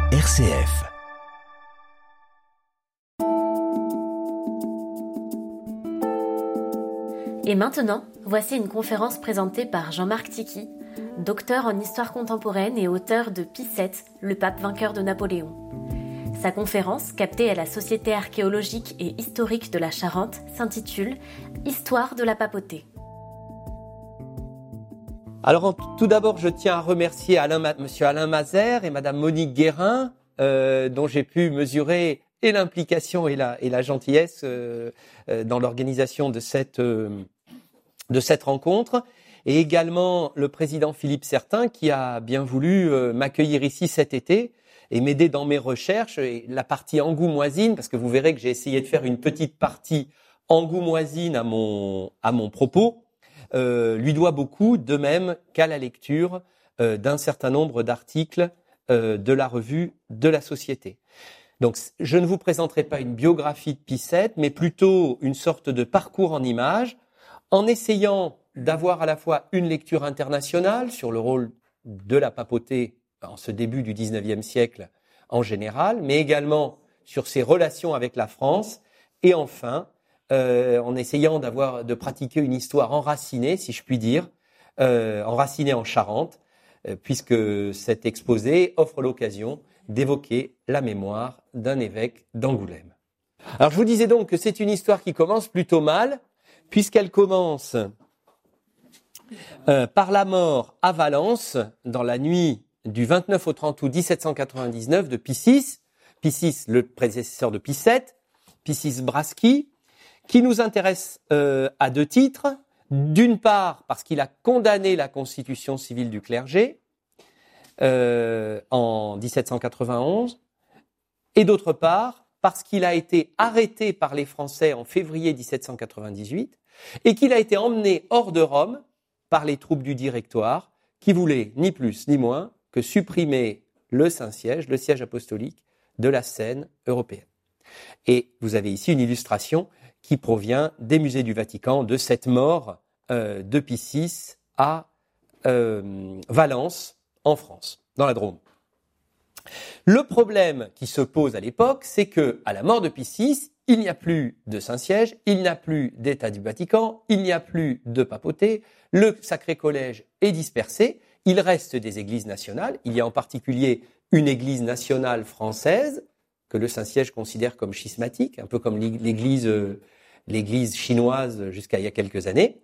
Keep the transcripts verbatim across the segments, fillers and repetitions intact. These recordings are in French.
R C F. Et maintenant, voici une conférence présentée par Jean-Marc Tichy, docteur en histoire contemporaine et auteur de Pie sept, le pape vainqueur de Napoléon. Sa conférence, captée à la Société archéologique et historique de la Charente, s'intitule « Histoire de la papauté ». Alors, tout d'abord, je tiens à remercier Alain, Monsieur Alain Mazère et Madame Monique Guérin, euh, dont j'ai pu mesurer et l'implication et la, et la gentillesse euh, euh, dans l'organisation de cette, euh, de cette rencontre, et également le président Philippe Certain, qui a bien voulu euh, m'accueillir ici cet été et m'aider dans mes recherches. Et la partie angoumoisine, parce que vous verrez que j'ai essayé de faire une petite partie angoumoisine à mon, à mon propos, Euh, lui doit beaucoup, de même qu'à la lecture euh, d'un certain nombre d'articles euh, de la revue de la Société. Donc, je ne vous présenterai pas une biographie de Pie sept, mais plutôt une sorte de parcours en images, en essayant d'avoir à la fois une lecture internationale sur le rôle de la papauté en ce début du dix-neuvième siècle en général, mais également sur ses relations avec la France, et enfin, Euh, en essayant d'avoir, de pratiquer une histoire enracinée, si je puis dire, euh, enracinée en Charente, euh, puisque cet exposé offre l'occasion d'évoquer la mémoire d'un évêque d'Angoulême. Alors je vous disais donc que c'est une histoire qui commence plutôt mal, puisqu'elle commence euh, par la mort à Valence, dans la nuit du vingt-neuf au trente août dix-sept cent quatre-vingt-dix-neuf de Pie six, Pie six, le prédécesseur de Pie sept, Pie six Braschi, qui nous intéresse euh, à deux titres. D'une part, parce qu'il a condamné la constitution civile du clergé euh, en dix-sept cent quatre-vingt-onze, et d'autre part, parce qu'il a été arrêté par les Français en février dix-sept cent quatre-vingt-dix-huit et qu'il a été emmené hors de Rome par les troupes du Directoire qui voulaient ni plus ni moins que supprimer le Saint-Siège, le siège apostolique de la scène européenne. Et vous avez ici une illustration qui provient des musées du Vatican de cette mort euh, de Pie six à euh, Valence, en France, dans la Drôme. Le problème qui se pose à l'époque, c'est que à la mort de Pie six, il n'y a plus de Saint-Siège, il n'y a plus d'État du Vatican, il n'y a plus de papauté, le Sacré-Collège est dispersé, il reste des églises nationales, il y a en particulier une église nationale française, que le Saint-Siège considère comme schismatique, un peu comme l'église, euh, l'église chinoise jusqu'à il y a quelques années.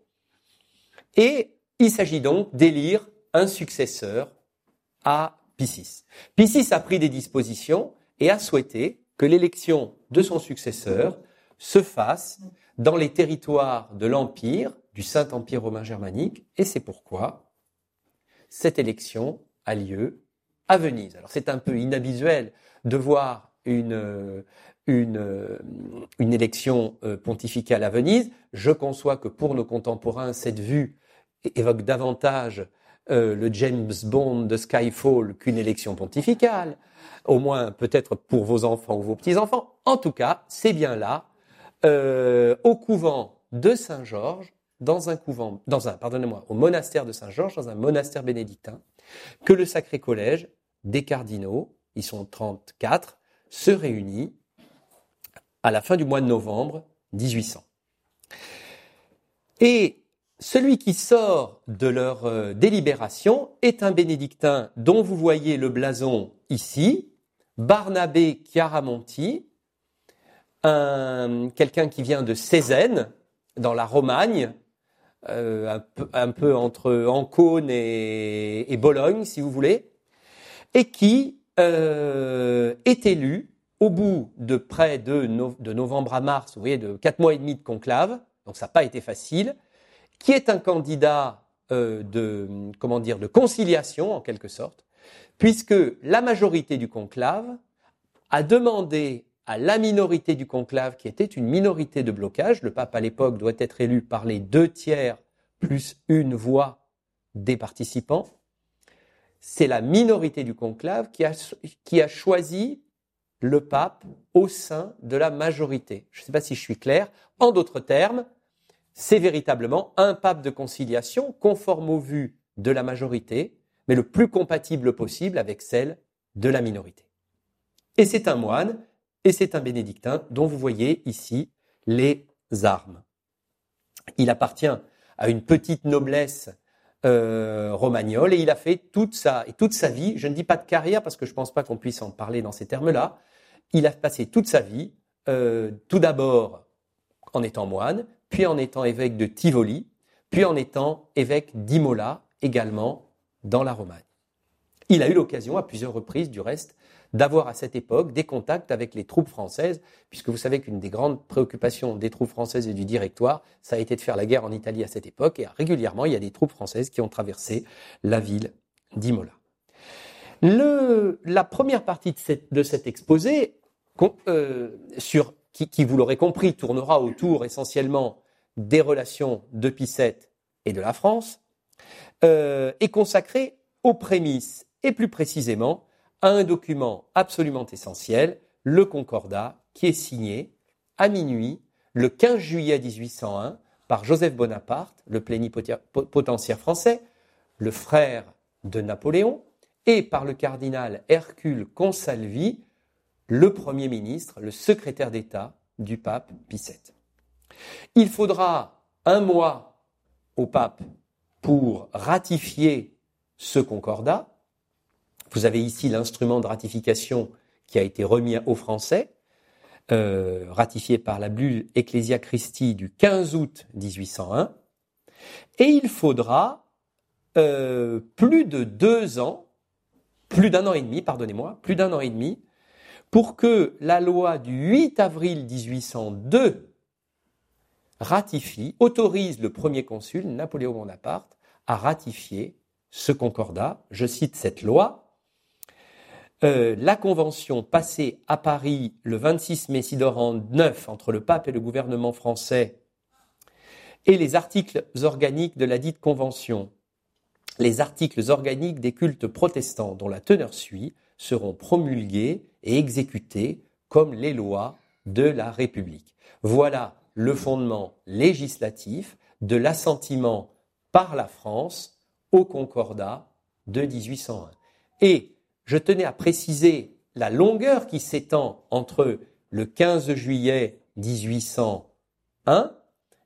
Et il s'agit donc d'élire un successeur à Pie six. Pie six a pris des dispositions et a souhaité que l'élection de son successeur se fasse dans les territoires de l'Empire, du Saint-Empire romain germanique, et c'est pourquoi cette élection a lieu à Venise. Alors c'est un peu inhabituel de voir une, une, une élection pontificale à Venise. Je conçois que pour nos contemporains, cette vue évoque davantage euh, le James Bond de Skyfall qu'une élection pontificale, au moins peut-être pour vos enfants ou vos petits-enfants. En tout cas, c'est bien là, euh, au couvent de Saint-Georges, dans un couvent, dans un, pardonnez-moi, au monastère de Saint-Georges, dans un monastère bénédictin, que le Sacré-Collège des cardinaux, ils sont trente-quatre, se réunit à la fin du mois de novembre dix-huit cents. Et celui qui sort de leur euh, délibération est un bénédictin dont vous voyez le blason ici, Barnabé Chiaramonti, un, quelqu'un qui vient de Cézanne, dans la Romagne, euh, un, peu, un peu entre Ancône et, et Bologne, si vous voulez, et qui euh, est élu au bout de près de, no, de novembre à mars, vous voyez, de quatre mois et demi de conclave, donc ça n'a pas été facile, qui est un candidat euh, de, comment dire, de conciliation en quelque sorte, puisque la majorité du conclave a demandé à la minorité du conclave, qui était une minorité de blocage, le pape à l'époque doit être élu par les deux tiers plus une voix des participants, c'est la minorité du conclave qui a, qui a choisi le pape au sein de la majorité. Je ne sais pas si je suis clair. En d'autres termes, c'est véritablement un pape de conciliation conforme aux vues de la majorité, mais le plus compatible possible avec celle de la minorité. Et c'est un moine, et c'est un bénédictin dont vous voyez ici les armes. Il appartient à une petite noblesse euh, romagnole et il a fait toute sa, toute sa vie, je ne dis pas de carrière parce que je ne pense pas qu'on puisse en parler dans ces termes-là, il a passé toute sa vie, euh, tout d'abord en étant moine, puis en étant évêque de Tivoli, puis en étant évêque d'Imola, également dans la Romagne. Il a eu l'occasion, à plusieurs reprises du reste, d'avoir à cette époque des contacts avec les troupes françaises, puisque vous savez qu'une des grandes préoccupations des troupes françaises et du Directoire, ça a été de faire la guerre en Italie à cette époque, et régulièrement, il y a des troupes françaises qui ont traversé la ville d'Imola. Le, la première partie de, cette, de cet exposé, euh, sur, qui, qui, vous l'aurez compris, tournera autour essentiellement des relations de Pie sept et de la France, euh, est consacrée aux prémices, et plus précisément à un document absolument essentiel, le Concordat, qui est signé à minuit, le quinze juillet mille huit cent un, par Joseph Bonaparte, le plénipotentiaire français, le frère de Napoléon, et par le cardinal Hercule Consalvi, le Premier ministre, le secrétaire d'État du pape Pie sept. Il faudra un mois au pape pour ratifier ce Concordat. Vous avez ici l'instrument de ratification qui a été remis aux Français, euh, ratifié par la bulle Ecclesia Christi du quinze août mille huit cent un. Et il faudra euh, plus de deux ans, plus d'un an et demi, pardonnez-moi, plus d'un an et demi, pour que la loi du huit avril mille huit cent deux ratifie, autorise le premier consul, Napoléon Bonaparte, à ratifier ce concordat. Je cite cette loi. Euh, la convention passée à Paris le vingt-six mai neuf entre le pape et le gouvernement français et les articles organiques de la dite convention, les articles organiques des cultes protestants dont la teneur suit, seront promulgués et exécutés comme les lois de la République. Voilà le fondement législatif de l'assentiment par la France au Concordat de mille huit cent un. Et je tenais à préciser la longueur qui s'étend entre le quinze juillet mille huit cent un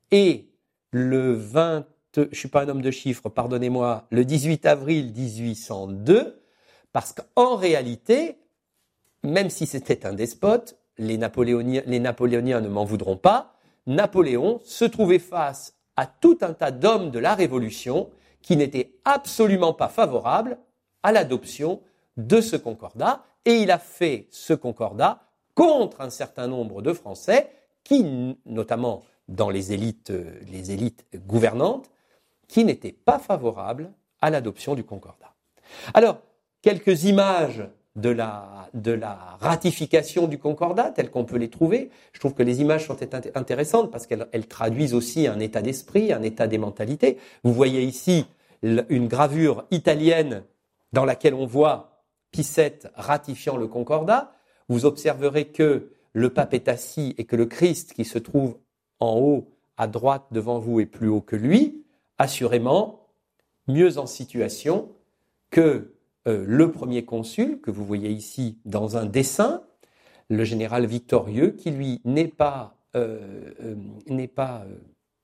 et le vingt, je suis pas un homme de chiffres, pardonnez-moi, le dix-huit avril mille huit cent deux, parce qu'en réalité, même si c'était un despote, les Napoléoniens, les Napoléoniens ne m'en voudront pas, Napoléon se trouvait face à tout un tas d'hommes de la Révolution qui n'étaient absolument pas favorables à l'adoption de ce concordat, et il a fait ce concordat contre un certain nombre de Français qui, notamment dans les élites, les élites gouvernantes, qui n'étaient pas favorables à l'adoption du concordat. Alors, quelques images de la, de la ratification du concordat, telles qu'on peut les trouver. Je trouve que les images sont intéressantes parce qu'elles elles traduisent aussi un état d'esprit, un état des mentalités. Vous voyez ici une gravure italienne dans laquelle on voit Pie sept ratifiant le concordat. Vous observerez que le pape est assis et que le Christ qui se trouve en haut, à droite devant vous, est plus haut que lui, assurément mieux en situation que euh, le premier consul, que vous voyez ici dans un dessin, le général victorieux, qui lui n'est pas, euh, euh, n'est pas euh,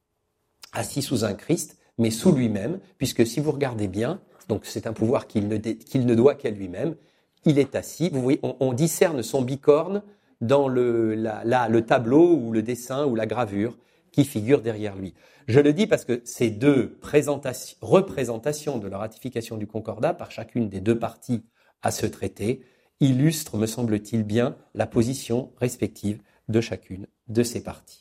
assis sous un Christ, mais sous lui-même, puisque si vous regardez bien, donc c'est un pouvoir qu'il ne, dé, qu'il ne doit qu'à lui-même, il est assis, vous voyez, on, on discerne son bicorne dans le, la, la, le tableau ou le dessin ou la gravure qui figure derrière lui. Je le dis parce que ces deux représentations de la ratification du Concordat par chacune des deux parties à ce traité illustrent, me semble-t-il bien, la position respective de chacune de ces parties.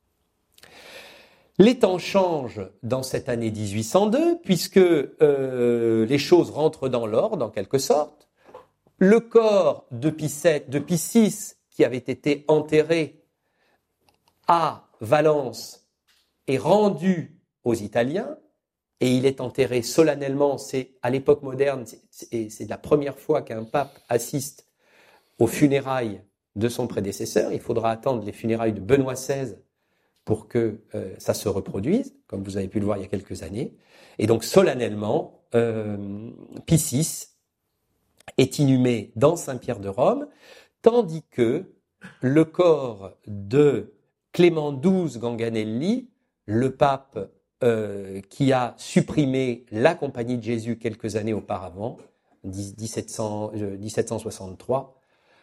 Les temps changent dans cette année mille huit cent deux puisque euh, les choses rentrent dans l'ordre en quelque sorte. Le corps de Pie sept, de Pie six qui avait été enterré à Valence est rendu aux Italiens et il est enterré solennellement. C'est à l'époque moderne, c'est, c'est la première fois qu'un pape assiste aux funérailles de son prédécesseur. Il faudra attendre les funérailles de Benoît seize pour que euh, ça se reproduise, comme vous avez pu le voir il y a quelques années. Et donc solennellement, euh, Pie six est inhumé dans Saint-Pierre de Rome, tandis que le corps de Clément douze Ganganelli, le pape euh, qui a supprimé la Compagnie de Jésus quelques années auparavant, dix-sept cents, euh, dix-sept cent soixante-trois,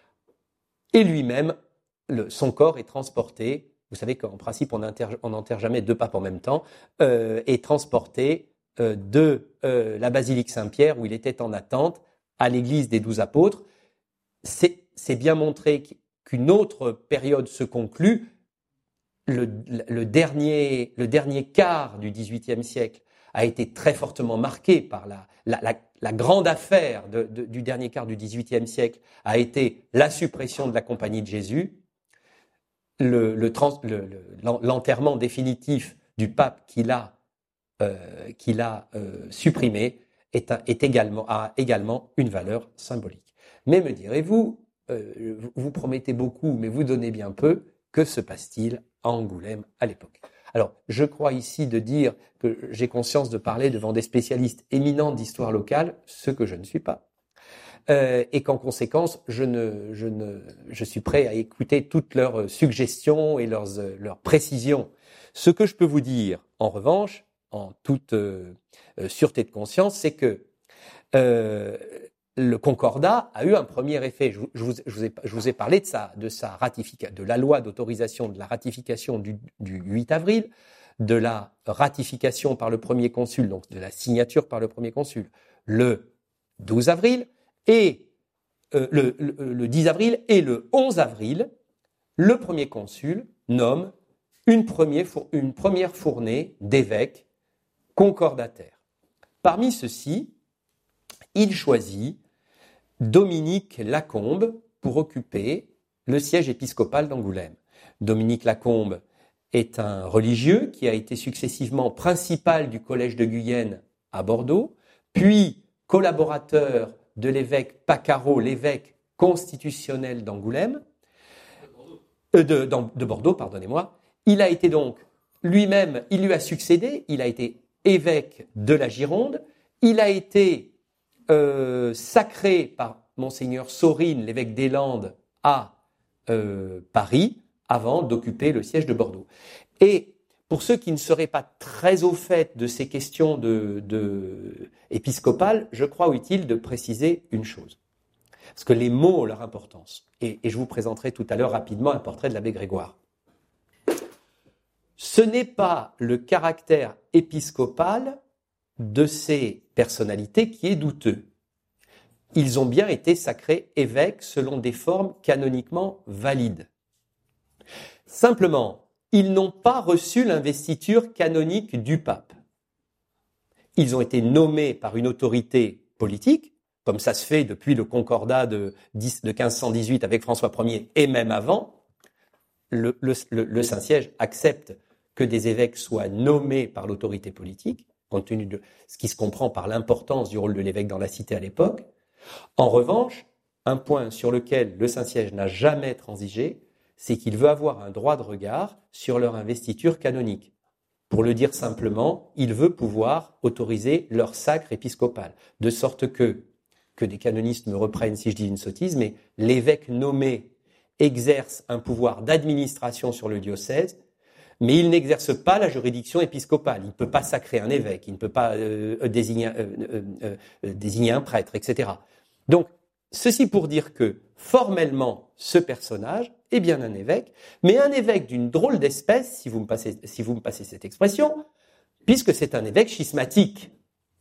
et lui-même, le, son corps est transporté, vous savez qu'en principe on n'enterre jamais deux papes en même temps, euh, est transporté euh, de euh, la basilique Saint-Pierre où il était en attente à l'église des douze apôtres. C'est, c'est bien montré qu'une autre période se conclut. Le, le, dernier, le dernier quart du dix-huitième siècle a été très fortement marqué par la, la, la, la grande affaire de, de, du dernier quart du dix-huitième siècle a été la suppression de la Compagnie de Jésus, le, le trans, le, le, l'enterrement définitif du pape qui l'a, euh, qui l'a euh, supprimé est, est également, a également une valeur symbolique. Mais me direz-vous, euh, vous promettez beaucoup, mais vous donnez bien peu, que se passe-t-il à Angoulême à l'époque? Alors, je crois ici de dire que j'ai conscience de parler devant des spécialistes éminents d'histoire locale, ce que je ne suis pas, euh, et qu'en conséquence, je, ne, je, ne, je suis prêt à écouter toutes leurs suggestions et leurs, leurs précisions. Ce que je peux vous dire, en revanche, en toute euh, sûreté de conscience, c'est que euh, le Concordat a eu un premier effet. Je vous, je vous, je vous, ai, je vous ai parlé de sa, de sa ratification, de la loi d'autorisation de la ratification du, du huit avril, de la ratification par le premier consul, donc de la signature par le premier consul, le douze avril, et euh, le, le, le dix avril et le onze avril, le premier consul nomme une, premier, une première fournée d'évêques concordataires. Parmi ceux-ci, il choisit Dominique Lacombe pour occuper le siège épiscopal d'Angoulême. Dominique Lacombe est un religieux qui a été successivement principal du collège de Guyenne à Bordeaux, puis collaborateur de l'évêque Paccaro, l'évêque constitutionnel d'Angoulême, euh, de, de Bordeaux, pardonnez-moi. Il a été donc lui-même, il lui a succédé, il a été évêque de la Gironde, il a été Euh, sacré par Monseigneur Sorine, l'évêque des Landes, à euh, Paris, avant d'occuper le siège de Bordeaux. Et pour ceux qui ne seraient pas très au fait de ces questions de, de épiscopales, je crois utile de préciser une chose. Parce que les mots ont leur importance. Et, et je vous présenterai tout à l'heure rapidement un portrait de l'abbé Grégoire. Ce n'est pas le caractère épiscopal de ces personnalités qui est douteux. Ils ont bien été sacrés évêques selon des formes canoniquement valides. Simplement, ils n'ont pas reçu l'investiture canonique du pape. Ils ont été nommés par une autorité politique, comme ça se fait depuis le Concordat de, de quinze cent dix-huit avec François Ier et même avant. Le, le, le Saint-Siège accepte que des évêques soient nommés par l'autorité politique, compte tenu de ce qui se comprend par l'importance du rôle de l'évêque dans la cité à l'époque. En revanche, un point sur lequel le Saint-Siège n'a jamais transigé, c'est qu'il veut avoir un droit de regard sur leur investiture canonique. Pour le dire simplement, il veut pouvoir autoriser leur sacre épiscopal, de sorte que, que des canonistes me reprennent si je dis une sottise, mais l'évêque nommé exerce un pouvoir d'administration sur le diocèse, mais il n'exerce pas la juridiction épiscopale. Il ne peut pas sacrer un évêque, il ne peut pas euh, désigner, euh, euh, euh, désigner un prêtre, et cetera. Donc, ceci pour dire que, formellement, ce personnage est bien un évêque, mais un évêque d'une drôle d'espèce, si vous me passez, si vous me passez cette expression, puisque c'est un évêque schismatique.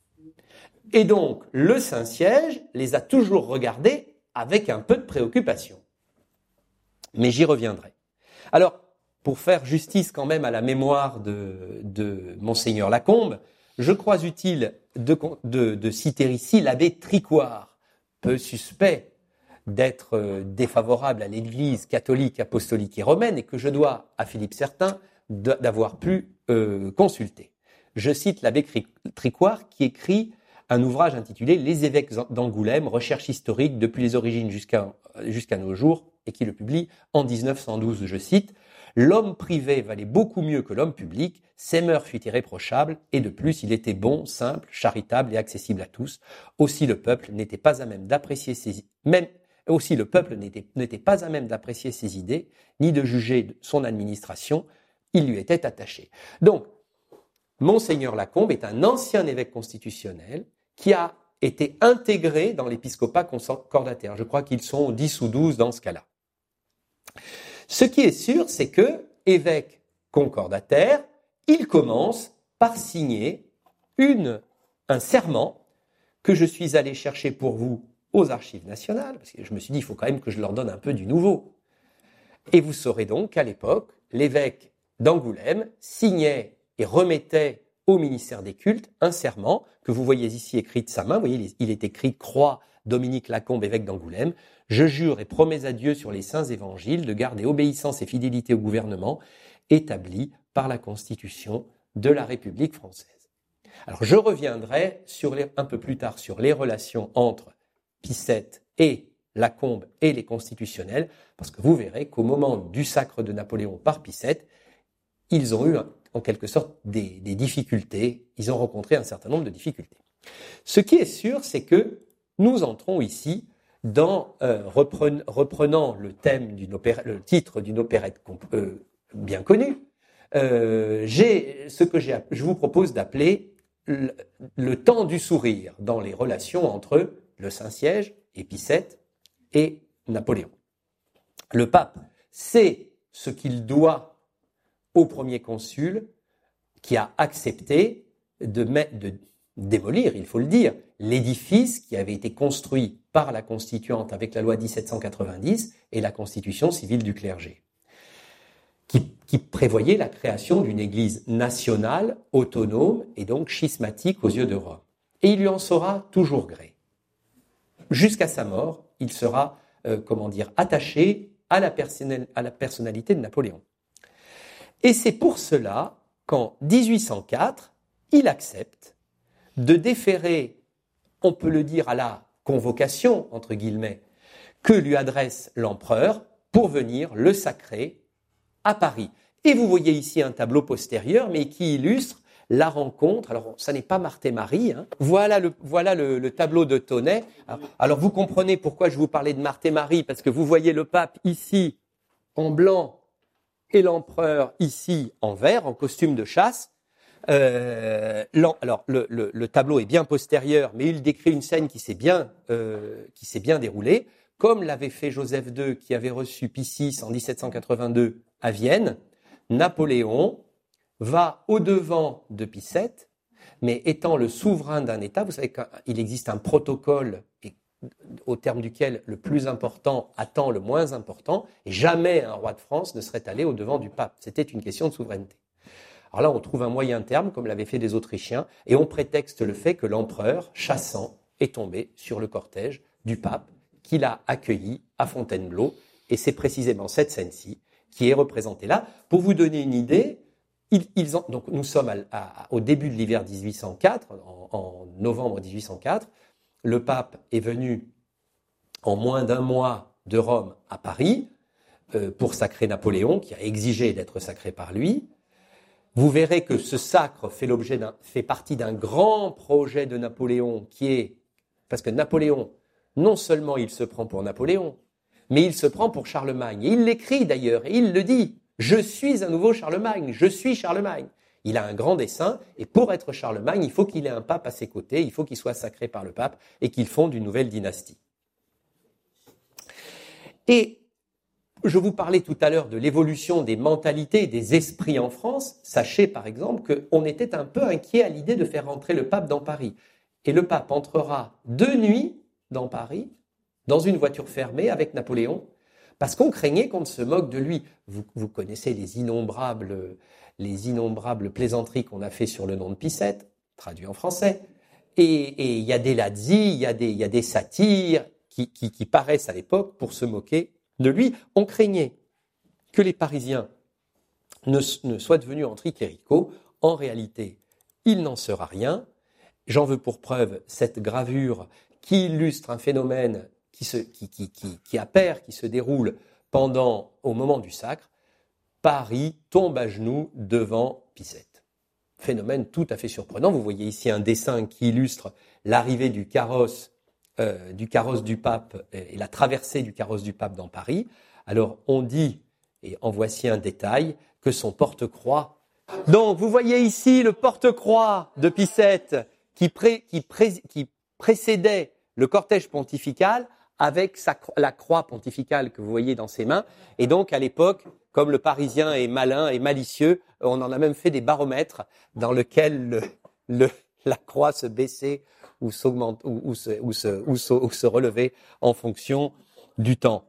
Et donc, le Saint-Siège les a toujours regardés avec un peu de préoccupation. Mais j'y reviendrai. Alors, pour faire justice quand même à la mémoire de, de Monseigneur Lacombe, je crois utile de, de, de citer ici l'abbé Tricoire, peu suspect d'être défavorable à l'Église catholique, apostolique et romaine, et que je dois à Philippe Certain d'avoir pu euh, consulter. Je cite l'abbé Tricoire qui écrit un ouvrage intitulé « Les évêques d'Angoulême, recherche historique depuis les origines jusqu'à jusqu'à nos jours » et qui le publie en dix-neuf cent douze, je cite « L'homme privé valait beaucoup mieux que l'homme public, ses mœurs furent irréprochables, et de plus il était bon, simple, charitable et accessible à tous. Aussi le peuple n'était pas à même d'apprécier ses, même, Aussi, le peuple n'était, n'était pas à même d'apprécier ses idées, ni de juger son administration. Il lui était attaché. Donc, Monseigneur Lacombe est un ancien évêque constitutionnel qui a été intégré dans l'épiscopat concordataire. Je crois qu'ils sont dix ou douze dans ce cas-là. Ce qui est sûr, c'est que, évêque concordataire, il commence par signer une, un serment que je suis allé chercher pour vous aux Archives nationales, parce que je me suis dit, il faut quand même que je leur donne un peu du nouveau. Et vous saurez donc qu'à l'époque, l'évêque d'Angoulême signait et remettait au ministère des Cultes un serment que vous voyez ici écrit de sa main. Vous voyez, il est écrit « Croix Dominique Lacombe, évêque d'Angoulême. Je jure et promets à Dieu sur les saints évangiles de garder obéissance et fidélité au gouvernement établi par la Constitution de la République française. » Alors, je reviendrai sur les, un peu plus tard sur les relations entre Pie sept et Lacombe et les constitutionnels, parce que vous verrez qu'au moment du sacre de Napoléon par Pie sept, ils ont eu en quelque sorte des, des difficultés, ils ont rencontré un certain nombre de difficultés. Ce qui est sûr, c'est que nous entrons ici dans, euh, repren, reprenant le thème d'une opéra, le titre d'une opérette euh, bien connue, euh, j'ai, ce que j'ai, je vous propose d'appeler le, le temps du sourire dans les relations entre le Saint-Siège et Pie sept et Napoléon. Le pape sait ce qu'il doit au premier consul qui a accepté de, mettre, de démolir, il faut le dire, l'édifice qui avait été construit par la Constituante avec la loi dix-sept cent quatre-vingt-dix et la Constitution civile du clergé, qui, qui prévoyait la création d'une église nationale, autonome et donc schismatique aux yeux de Rome. Et il lui en sera toujours gré. Jusqu'à sa mort, il sera, euh, comment dire, attaché à la, personnel, à la personnalité de Napoléon. Et c'est pour cela qu'en dix-huit cent quatre, il accepte de déférer, on peut le dire à la convocation, entre guillemets, que lui adresse l'empereur pour venir le sacrer à Paris. Et vous voyez ici un tableau postérieur, mais qui illustre la rencontre. Alors, ça n'est pas Marthe et Marie. Hein. Voilà, le, voilà le, le tableau de Taunet. Alors, alors, vous comprenez pourquoi je vous parlais de Marthe et Marie, parce que vous voyez le pape ici en blanc et l'empereur ici en vert, en costume de chasse. Euh, alors, le, le, le tableau est bien postérieur, mais il décrit une scène qui s'est bien, euh, qui s'est bien déroulée, comme l'avait fait Joseph deux, qui avait reçu Pie six en dix-sept cent quatre-vingt-deux à Vienne. Napoléon va au-devant de Pie sept, mais étant le souverain d'un État, vous savez qu'il existe un protocole au terme duquel le plus important attend le moins important, et jamais un roi de France ne serait allé au-devant du pape. C'était une question de souveraineté. Alors là, on trouve un moyen terme, comme l'avaient fait les Autrichiens, et on prétexte le fait que l'empereur, chassant, est tombé sur le cortège du pape, qu'il a accueilli à Fontainebleau, et c'est précisément cette scène-ci qui est représentée là. Pour vous donner une idée, ils, ils ont, donc nous sommes à, à, au début de l'hiver dix-huit cent quatre, en, en novembre dix-huit cent quatre, le pape est venu en moins d'un mois de Rome à Paris euh, pour sacrer Napoléon, qui a exigé d'être sacré par lui. Vous verrez que ce sacre fait l'objet d'un, fait partie d'un grand projet de Napoléon qui est, parce que Napoléon, non seulement il se prend pour Napoléon, mais il se prend pour Charlemagne. Et il l'écrit d'ailleurs, et il le dit, je suis un nouveau Charlemagne, je suis Charlemagne. Il a un grand dessein, et pour être Charlemagne, il faut qu'il ait un pape à ses côtés, il faut qu'il soit sacré par le pape, et qu'il fonde une nouvelle dynastie. Et je vous parlais tout à l'heure de l'évolution des mentalités, des esprits en France. Sachez par exemple qu'on était un peu inquiet à l'idée de faire rentrer le pape dans Paris. Et le pape entrera de nuit dans Paris, dans une voiture fermée avec Napoléon, parce qu'on craignait qu'on ne se moque de lui. Vous, vous connaissez les innombrables, les innombrables plaisanteries qu'on a fait sur le nom de Pie sept, traduit en français. Et il y a des lazzi, il y a des, il y a des satires qui, qui, qui paraissent à l'époque pour se moquer de lui. On craignait que les Parisiens ne, ne soient devenus anticléricaux. En réalité, il n'en sera rien. J'en veux pour preuve cette gravure qui illustre un phénomène qui, se, qui, qui, qui, qui apparaît, qui se déroule pendant, au moment du sacre. Paris tombe à genoux devant Pie sept. Phénomène tout à fait surprenant. Vous voyez ici un dessin qui illustre l'arrivée du carrosse euh, du carrosse du pape et la traversée du carrosse du pape dans Paris, alors on dit, et en voici un détail, que son porte-croix. Donc vous voyez ici le porte-croix de Pie sept qui, pré, qui, pré, qui précédait le cortège pontifical avec sa, la croix pontificale que vous voyez dans ses mains. Et donc à l'époque, comme le Parisien est malin et malicieux, on en a même fait des baromètres dans lesquels le, le, la croix se baissait ou, s'augmente, ou, ou, se, ou, se, ou, se, ou se relevait en fonction du temps.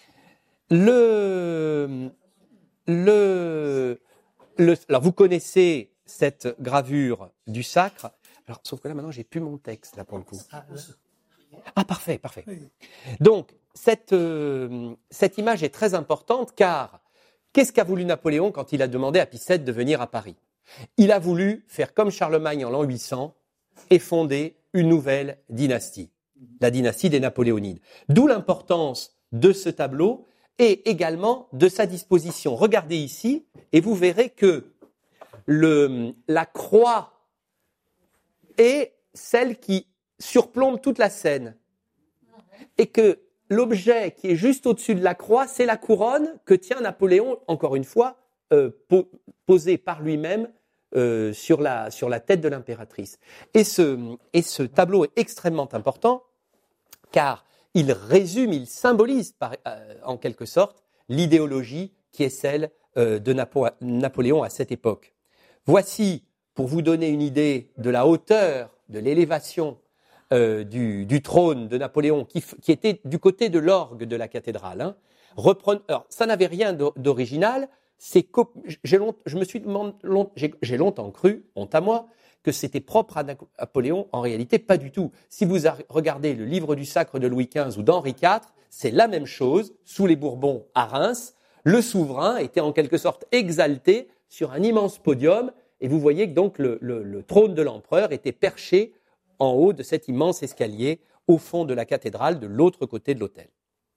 Le, le, le, alors vous connaissez cette gravure du sacre. Alors, sauf que là maintenant j'ai plus mon texte là pour le coup. Ah parfait, parfait. Donc cette euh, cette image est très importante car qu'est-ce qu'a voulu Napoléon quand il a demandé à Pie sept de venir à Paris? Il a voulu faire comme Charlemagne en l'an huit cents et fonder une nouvelle dynastie, la dynastie des Napoléonides. D'où l'importance de ce tableau et également de sa disposition. Regardez ici et vous verrez que le, la croix est celle qui surplombe toute la scène et que l'objet qui est juste au-dessus de la croix, c'est la couronne que tient Napoléon, encore une fois, euh, po- posée par lui-même euh, sur, la, sur la tête de l'impératrice. Et ce, et ce tableau est extrêmement important car il résume, il symbolise par, euh, en quelque sorte l'idéologie qui est celle euh, de Napo- Napoléon à cette époque. Voici, pour vous donner une idée de la hauteur, de l'élévation euh, du, du trône de Napoléon, qui, qui était du côté de l'orgue de la cathédrale. Hein. Reprenons, alors, ça n'avait rien d'original. C'est, j'ai, long, je me suis long, j'ai, j'ai longtemps cru, honte à moi, que c'était propre à Napoléon. En réalité, pas du tout. Si vous regardez le livre du Sacre de Louis quinze ou d'Henri quatre, c'est la même chose. Sous les Bourbons à Reims, le souverain était en quelque sorte exalté sur un immense podium. Et vous voyez que donc le, le, le trône de l'empereur était perché en haut de cet immense escalier au fond de la cathédrale, de l'autre côté de l'autel.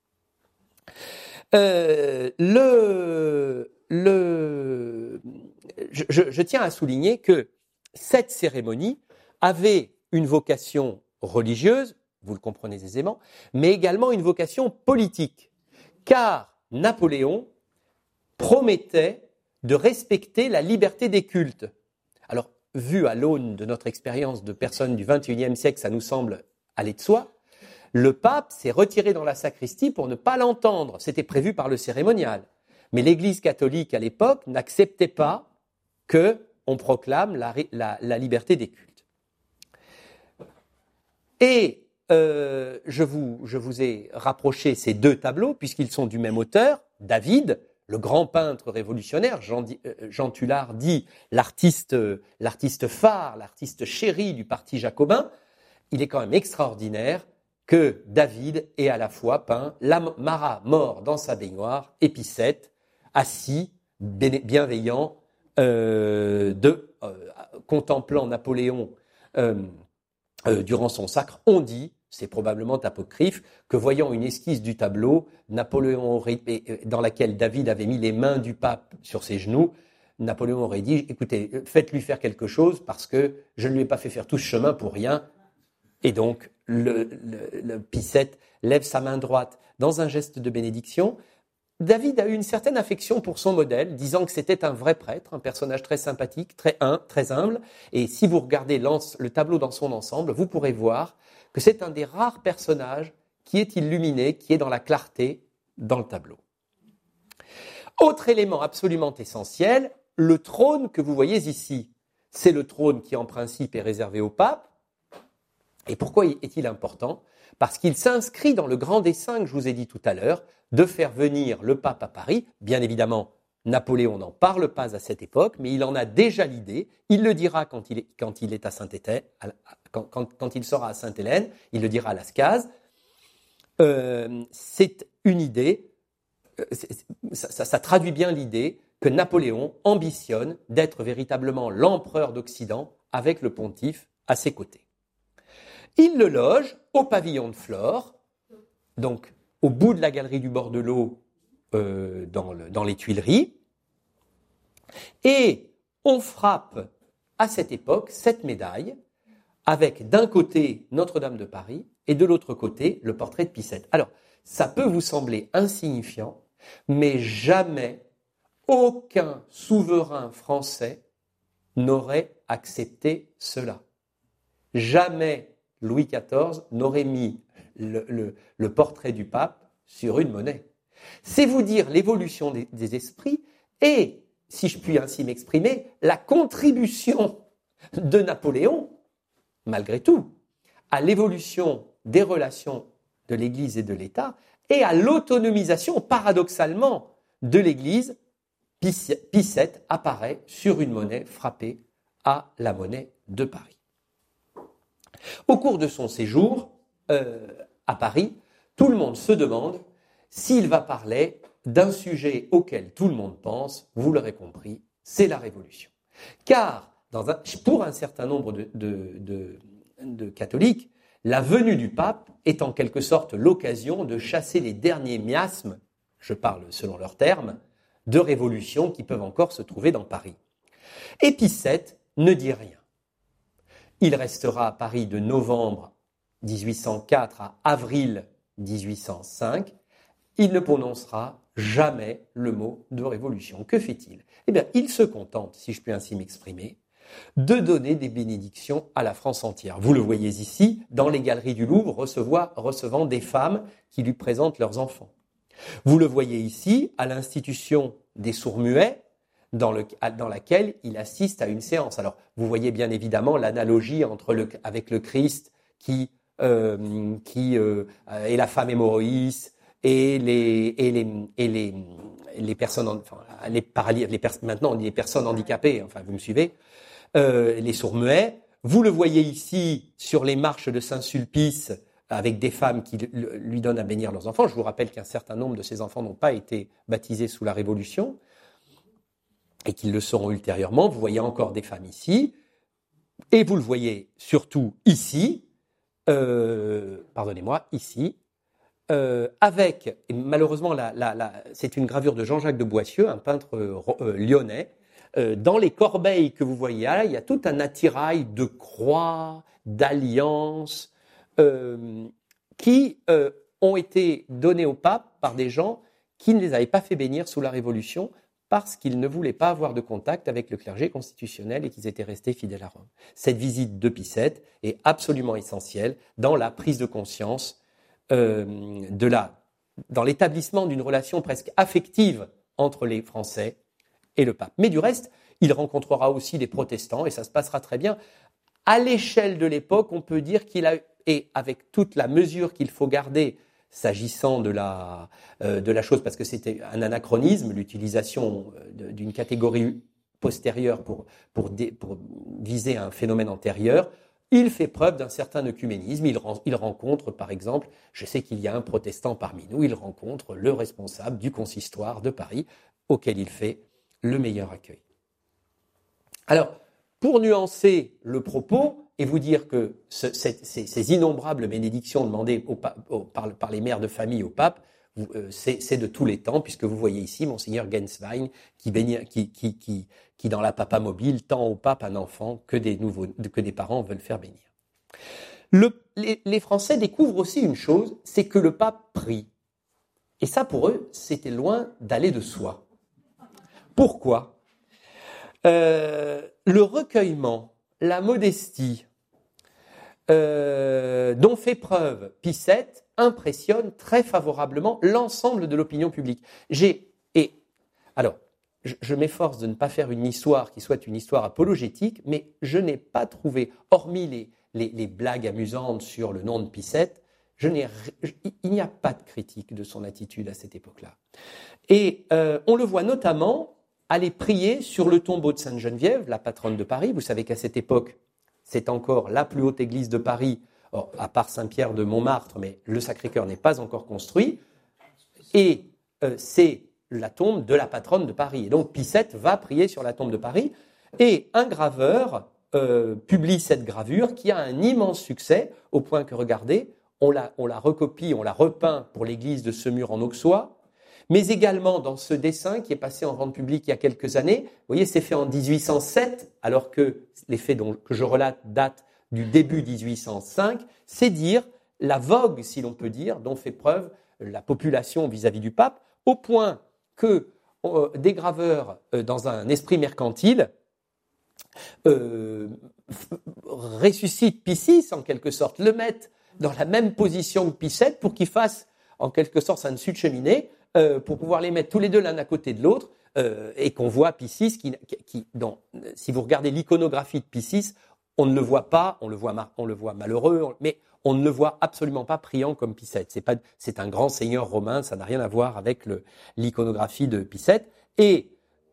Euh, le, le, je, je, je tiens à souligner que cette cérémonie avait une vocation religieuse, vous le comprenez aisément, mais également une vocation politique, car Napoléon promettait de respecter la liberté des cultes. Alors, vu à l'aune de notre expérience de personnes du vingt et unième siècle, ça nous semble aller de soi. Le pape s'est retiré dans la sacristie pour ne pas l'entendre. C'était prévu par le cérémonial. Mais l'Église catholique, à l'époque, n'acceptait pas qu'on proclame la, la, la liberté des cultes. Et euh, je, vous, je vous ai rapproché ces deux tableaux, puisqu'ils sont du même auteur, David, le grand peintre révolutionnaire. Jean, Jean Tullard dit l'artiste, l'artiste phare, l'artiste chéri du parti jacobin. Il est quand même extraordinaire que David ait à la fois peint la Marat mort dans sa baignoire et Pie sept assis, bienveillant, euh, de, euh, contemplant Napoléon euh, euh, durant son sacre. On dit, c'est probablement apocryphe, que voyant une esquisse du tableau, Napoléon aurait, dans laquelle David avait mis les mains du pape sur ses genoux, Napoléon aurait dit, écoutez, faites-lui faire quelque chose parce que je ne lui ai pas fait faire tout ce chemin pour rien. Et donc, le, le, le Pie sept lève sa main droite dans un geste de bénédiction. David a eu une certaine affection pour son modèle, disant que c'était un vrai prêtre, un personnage très sympathique, très, hum, très humble. Et si vous regardez le tableau dans son ensemble, vous pourrez voir que c'est un des rares personnages qui est illuminé, qui est dans la clarté dans le tableau. Autre élément absolument essentiel, le trône que vous voyez ici. C'est le trône qui, en principe, est réservé au pape. Et pourquoi est-il important ? Parce qu'il s'inscrit dans le grand dessein que je vous ai dit tout à l'heure, de faire venir le pape à Paris. Bien évidemment, Napoléon n'en parle pas à cette époque, mais il en a déjà l'idée. Il le dira quand il est, quand il est à Saint-Étienne, quand, quand, quand il sera à Sainte-Hélène, il le dira à Lascaz. Euh, c'est une idée, c'est, ça, ça, ça traduit bien l'idée que Napoléon ambitionne d'être véritablement l'empereur d'Occident avec le pontife à ses côtés. Il le loge au pavillon de Flore, donc au bout de la galerie du bord de l'eau, euh, dans, le, dans les Tuileries. Et on frappe à cette époque cette médaille avec d'un côté Notre-Dame de Paris et de l'autre côté, le portrait de Pie sept. Alors, ça peut vous sembler insignifiant, mais jamais aucun souverain français n'aurait accepté cela. Jamais Louis quatorze n'aurait mis le, le, le portrait du pape sur une monnaie. C'est vous dire l'évolution des, des esprits et, si je puis ainsi m'exprimer, la contribution de Napoléon, malgré tout, à l'évolution des relations de l'Église et de l'État et à l'autonomisation, paradoxalement, de l'Église. Pie sept apparaît sur une monnaie frappée à la monnaie de Paris. Au cours de son séjour euh, à Paris, tout le monde se demande s'il va parler d'un sujet auquel tout le monde pense, vous l'aurez compris, c'est la Révolution. Car dans un, pour un certain nombre de, de, de, de catholiques, la venue du pape est en quelque sorte l'occasion de chasser les derniers miasmes, je parle selon leurs termes, de révolution qui peuvent encore se trouver dans Paris. Et Pie sept ne dit rien. Il restera à Paris de novembre dix-huit cent quatre à avril dix-huit cent cinq. Il ne prononcera jamais le mot de révolution. Que fait-il ? Eh bien, il se contente, si je puis ainsi m'exprimer, de donner des bénédictions à la France entière. Vous le voyez ici, dans les galeries du Louvre, recevoir, recevant des femmes qui lui présentent leurs enfants. Vous le voyez ici, à l'institution des sourds-muets, dans, le, dans laquelle il assiste à une séance. Alors, vous voyez bien évidemment l'analogie entre le, avec le Christ qui, euh, qui euh, est la femme hémorroïs et les, et les, et les, les personnes, enfin, les paraly- les pers- maintenant on dit les personnes handicapées, enfin vous me suivez, euh, les sourds-muets. Vous le voyez ici sur les marches de Saint-Sulpice avec des femmes qui lui donnent à bénir leurs enfants. Je vous rappelle qu'un certain nombre de ces enfants n'ont pas été baptisés sous la Révolution et qu'ils le seront ultérieurement. Vous voyez encore des femmes ici, et vous le voyez surtout ici, euh, pardonnez-moi, ici, euh, avec, et malheureusement, la, la, la, c'est une gravure de Jean-Jacques de Boissieu, un peintre euh, lyonnais. Euh, dans les corbeilles que vous voyez là, il y a tout un attirail de croix, d'alliances, euh, qui euh, ont été donnés au pape par des gens qui ne les avaient pas fait bénir sous la Révolution, parce qu'ils ne voulaient pas avoir de contact avec le clergé constitutionnel et qu'ils étaient restés fidèles à Rome. Cette visite de Pie sept est absolument essentielle dans la prise de conscience euh, de la, dans l'établissement d'une relation presque affective entre les Français et le pape. Mais du reste, il rencontrera aussi des protestants et ça se passera très bien. À l'échelle de l'époque, on peut dire qu'il a, et avec toute la mesure qu'il faut garder s'agissant de la, euh, de la chose, parce que c'était un anachronisme, l'utilisation de, d'une catégorie postérieure pour, pour, dé, pour viser un phénomène antérieur, il fait preuve d'un certain œcuménisme. Il, il rencontre, par exemple, je sais qu'il y a un protestant parmi nous, il rencontre le responsable du consistoire de Paris, auquel il fait le meilleur accueil. Alors, pour nuancer le propos, et vous dire que ce, ces, ces innombrables bénédictions demandées au, au, par, par les mères de famille au pape, euh, c'est, c'est de tous les temps, puisque vous voyez ici Monseigneur Genswein qui, bénit, qui, qui, qui, qui dans la Papa Mobile tend au pape un enfant que des, nouveaux, que des parents veulent faire bénir. Le, les, les Français découvrent aussi une chose, c'est que le pape prie. Et ça, pour eux, c'était loin d'aller de soi. Pourquoi ? euh, Le recueillement, la modestie, Euh, dont fait preuve Pie sept impressionne très favorablement l'ensemble de l'opinion publique. J'ai et alors je, je m'efforce de ne pas faire une histoire qui soit une histoire apologétique, mais je n'ai pas trouvé, hormis les, les, les blagues amusantes sur le nom de Pie sept, je n'ai, il n'y a pas de critique de son attitude à cette époque-là. Et euh, on le voit notamment aller prier sur le tombeau de Sainte-Geneviève, la patronne de Paris. Vous savez qu'à cette époque, c'est encore la plus haute église de Paris, or, à part Saint-Pierre de Montmartre, mais le Sacré-Cœur n'est pas encore construit. Et euh, c'est la tombe de la patronne de Paris. Et donc Pie sept va prier sur la tombe de Paris. Et un graveur euh, publie cette gravure qui a un immense succès, au point que, regardez, on la, on la recopie, on la repeint pour l'église de Semur en Auxois, mais également dans ce dessin qui est passé en vente publique il y a quelques années. Vous voyez, c'est fait en dix-huit cent sept, alors que les faits dont, que je relate datent du début dix-huit cent cinq. C'est dire la vogue, si l'on peut dire, dont fait preuve la population vis-à-vis du pape, au point que euh, des graveurs, euh, dans un esprit mercantile, euh, ressuscitent Pie six, en quelque sorte, le mettent dans la même position que Pie sept pour qu'il fasse, en quelque sorte, un dessus de cheminée, euh, pour pouvoir les mettre tous les deux l'un à côté de l'autre, euh, et qu'on voit Pie six, qui, qui, dont, si vous regardez l'iconographie de Pie six, on ne le voit pas, on le voit, on le voit malheureux, mais on ne le voit absolument pas priant comme Pie sept. C'est, pas, c'est un grand seigneur romain, ça n'a rien à voir avec le, l'iconographie de Pie sept. Et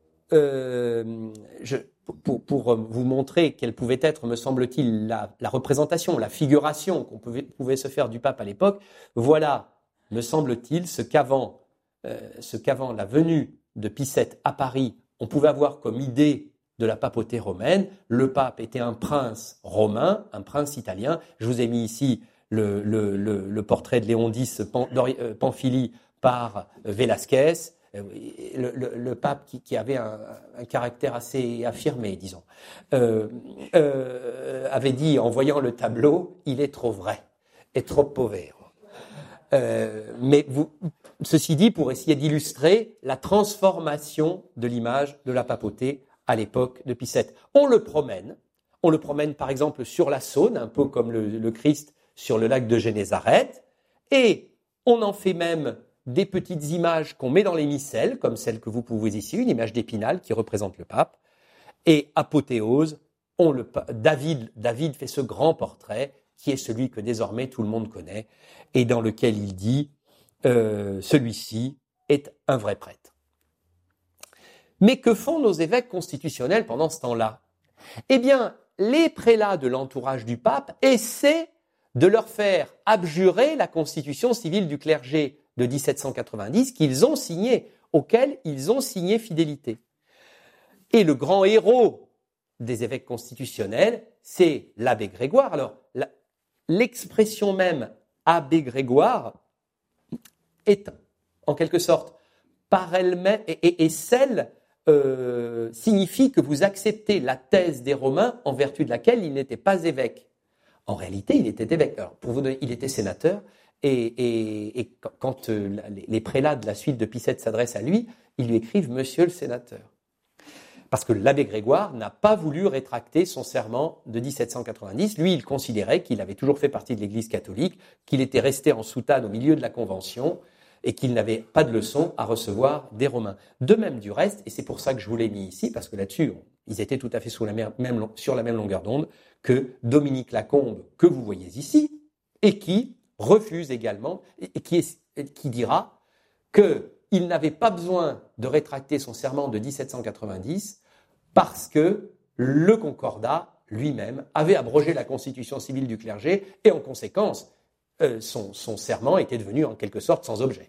euh, je, pour, pour vous montrer quelle pouvait être, me semble-t-il, la, la représentation, la figuration qu'on pouvait, pouvait se faire du pape à l'époque, voilà, me semble-t-il, ce qu'avant, euh, ce qu'avant la venue de Pie sept à Paris, on pouvait avoir comme idée de la papauté romaine. Le pape était un prince romain, un prince italien. Je vous ai mis ici le, le, le, le portrait de Léon X Pan, euh, Pamphili par Velázquez, le, le, le pape qui, qui avait un, un caractère assez affirmé, disons, euh, euh, avait dit, en voyant le tableau, il est trop vrai et trop povero. Euh, mais vous, ceci dit, pour essayer d'illustrer la transformation de l'image de la papauté à l'époque de Pie sept. On le promène, on le promène par exemple sur la Saône, un peu comme le, le Christ sur le lac de Génézareth, et on en fait même des petites images qu'on met dans les missels, comme celle que vous pouvez ici, une image d'Épinal qui représente le pape, et apothéose, on le, David, David fait ce grand portrait qui est celui que désormais tout le monde connaît, et dans lequel il dit euh, « celui-ci est un vrai prêtre ». Mais que font nos évêques constitutionnels pendant ce temps-là ? Eh bien, les prélats de l'entourage du pape essaient de leur faire abjurer la constitution civile du clergé de dix-sept cent quatre-vingt-dix qu'ils ont signée, auquel ils ont signé fidélité. Et le grand héros des évêques constitutionnels, c'est l'abbé Grégoire. Alors, la, l'expression même abbé Grégoire est, en quelque sorte, par elle-même, et, et, et celle Euh, signifie que vous acceptez la thèse des Romains en vertu de laquelle il n'était pas évêque. En réalité, il était évêque. Alors, pour vous donner, il était sénateur, et, et, et quand euh, les, les prélats de la suite de Pie sept s'adressent à lui, ils lui écrivent « Monsieur le sénateur ». Parce que l'abbé Grégoire n'a pas voulu rétracter son serment de dix-sept cent quatre-vingt-dix. Lui, il considérait qu'il avait toujours fait partie de l'Église catholique, qu'il était resté en soutane au milieu de la Convention, et qu'il n'avait pas de leçon à recevoir des Romains. De même du reste, et c'est pour ça que je vous l'ai mis ici, parce que là-dessus, ils étaient tout à fait sous la même, même, sur la même longueur d'onde que Dominique Lacombe, que vous voyez ici, et qui refuse également, et qui, est, qui dira qu'il n'avait pas besoin de rétracter son serment de dix-sept cent quatre-vingt-dix parce que le Concordat lui-même avait abrogé la constitution civile du clergé, et en conséquence, euh, son, son serment était devenu en quelque sorte sans objet.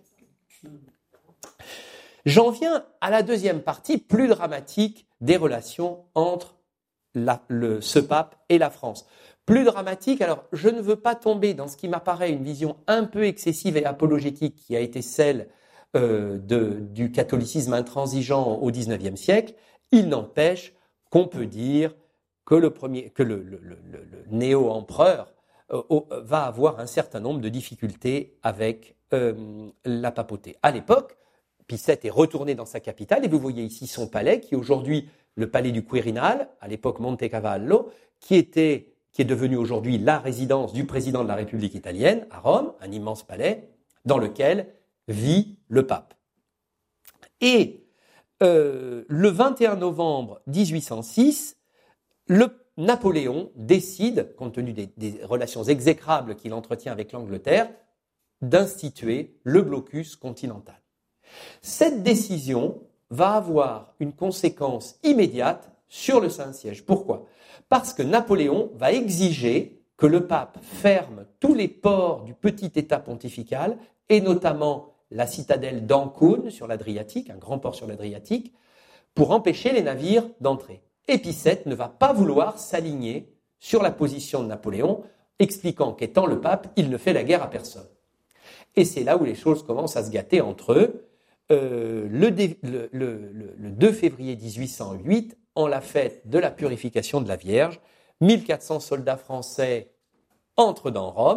J'en viens à la deuxième partie, plus dramatique, des relations entre la, le, ce pape et la France. Plus dramatique, alors je ne veux pas tomber dans ce qui m'apparaît une vision un peu excessive et apologétique qui a été celle euh, de, du catholicisme intransigeant au dix-neuvième siècle. Il n'empêche qu'on peut dire que le, premier, que le, le, le, le néo-empereur euh, va avoir un certain nombre de difficultés avec euh, la papauté. À l'époque, Pie sept est retourné dans sa capitale, et vous voyez ici son palais, qui est aujourd'hui le palais du Quirinal, à l'époque Monte Cavallo, qui, était, qui est devenu aujourd'hui la résidence du président de la République italienne, à Rome, un immense palais, dans lequel vit le pape. Et euh, le vingt et un novembre dix-huit cent six, le Napoléon décide, compte tenu des, des relations exécrables qu'il entretient avec l'Angleterre, d'instituer le blocus continental. Cette décision va avoir une conséquence immédiate sur le Saint-Siège. Pourquoi ? Parce que Napoléon va exiger que le pape ferme tous les ports du petit État pontifical, et notamment la citadelle d'Ancône sur l'Adriatique, un grand port sur l'Adriatique, pour empêcher les navires d'entrer. Et Pie sept ne va pas vouloir s'aligner sur la position de Napoléon, expliquant qu'étant le pape, il ne fait la guerre à personne. Et c'est là où les choses commencent à se gâter entre eux. Euh, le, le, le, le deux février dix-huit cent huit, en la fête de la purification de la Vierge, mille quatre cents soldats français entrent dans Rome,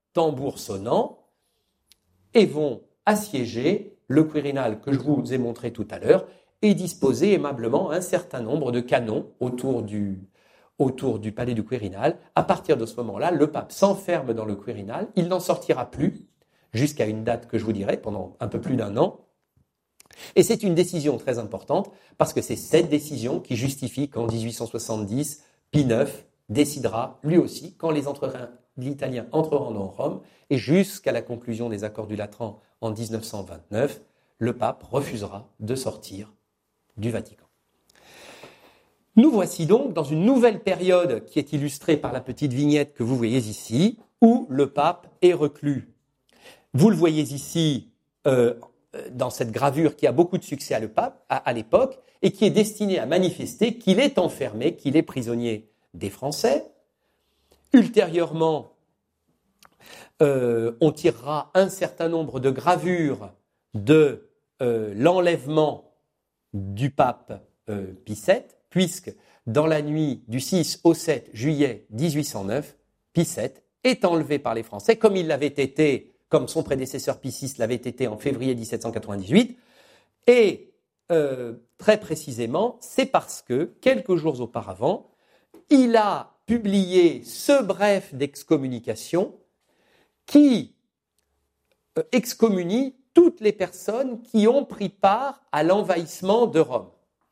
tambour sonnant, et vont assiéger le Quirinal que je vous ai montré tout à l'heure et disposer aimablement un certain nombre de canons autour du, autour du palais du Quirinal. À partir de ce moment-là, le pape s'enferme dans le Quirinal, il n'en sortira plus jusqu'à une date que je vous dirai, pendant un peu plus d'un an. Et c'est une décision très importante parce que c'est cette décision qui justifie qu'en dix-huit cent soixante-dix, Pie neuf décidera lui aussi, quand les Italiens entreront dans Rome, et jusqu'à la conclusion des accords du Latran en dix-neuf cent vingt-neuf, le pape refusera de sortir du Vatican. Nous voici donc dans une nouvelle période qui est illustrée par la petite vignette que vous voyez ici, où le pape est reclus. Vous le voyez ici euh, dans cette gravure qui a beaucoup de succès à, le pape, à, à l'époque et qui est destinée à manifester qu'il est enfermé, qu'il est prisonnier des Français. Ultérieurement, euh, on tirera un certain nombre de gravures de euh, l'enlèvement du pape euh, Pie sept, puisque dans la nuit du six au sept juillet dix-huit cent neuf, Pie sept est enlevé par les Français, comme il l'avait été, comme son prédécesseur Pie six l'avait été en février dix-sept cent quatre-vingt-dix-huit, et euh, très précisément, c'est parce que, quelques jours auparavant, il a publié ce bref d'excommunication qui euh, excommunie toutes les personnes qui ont pris part à l'envahissement de Rome.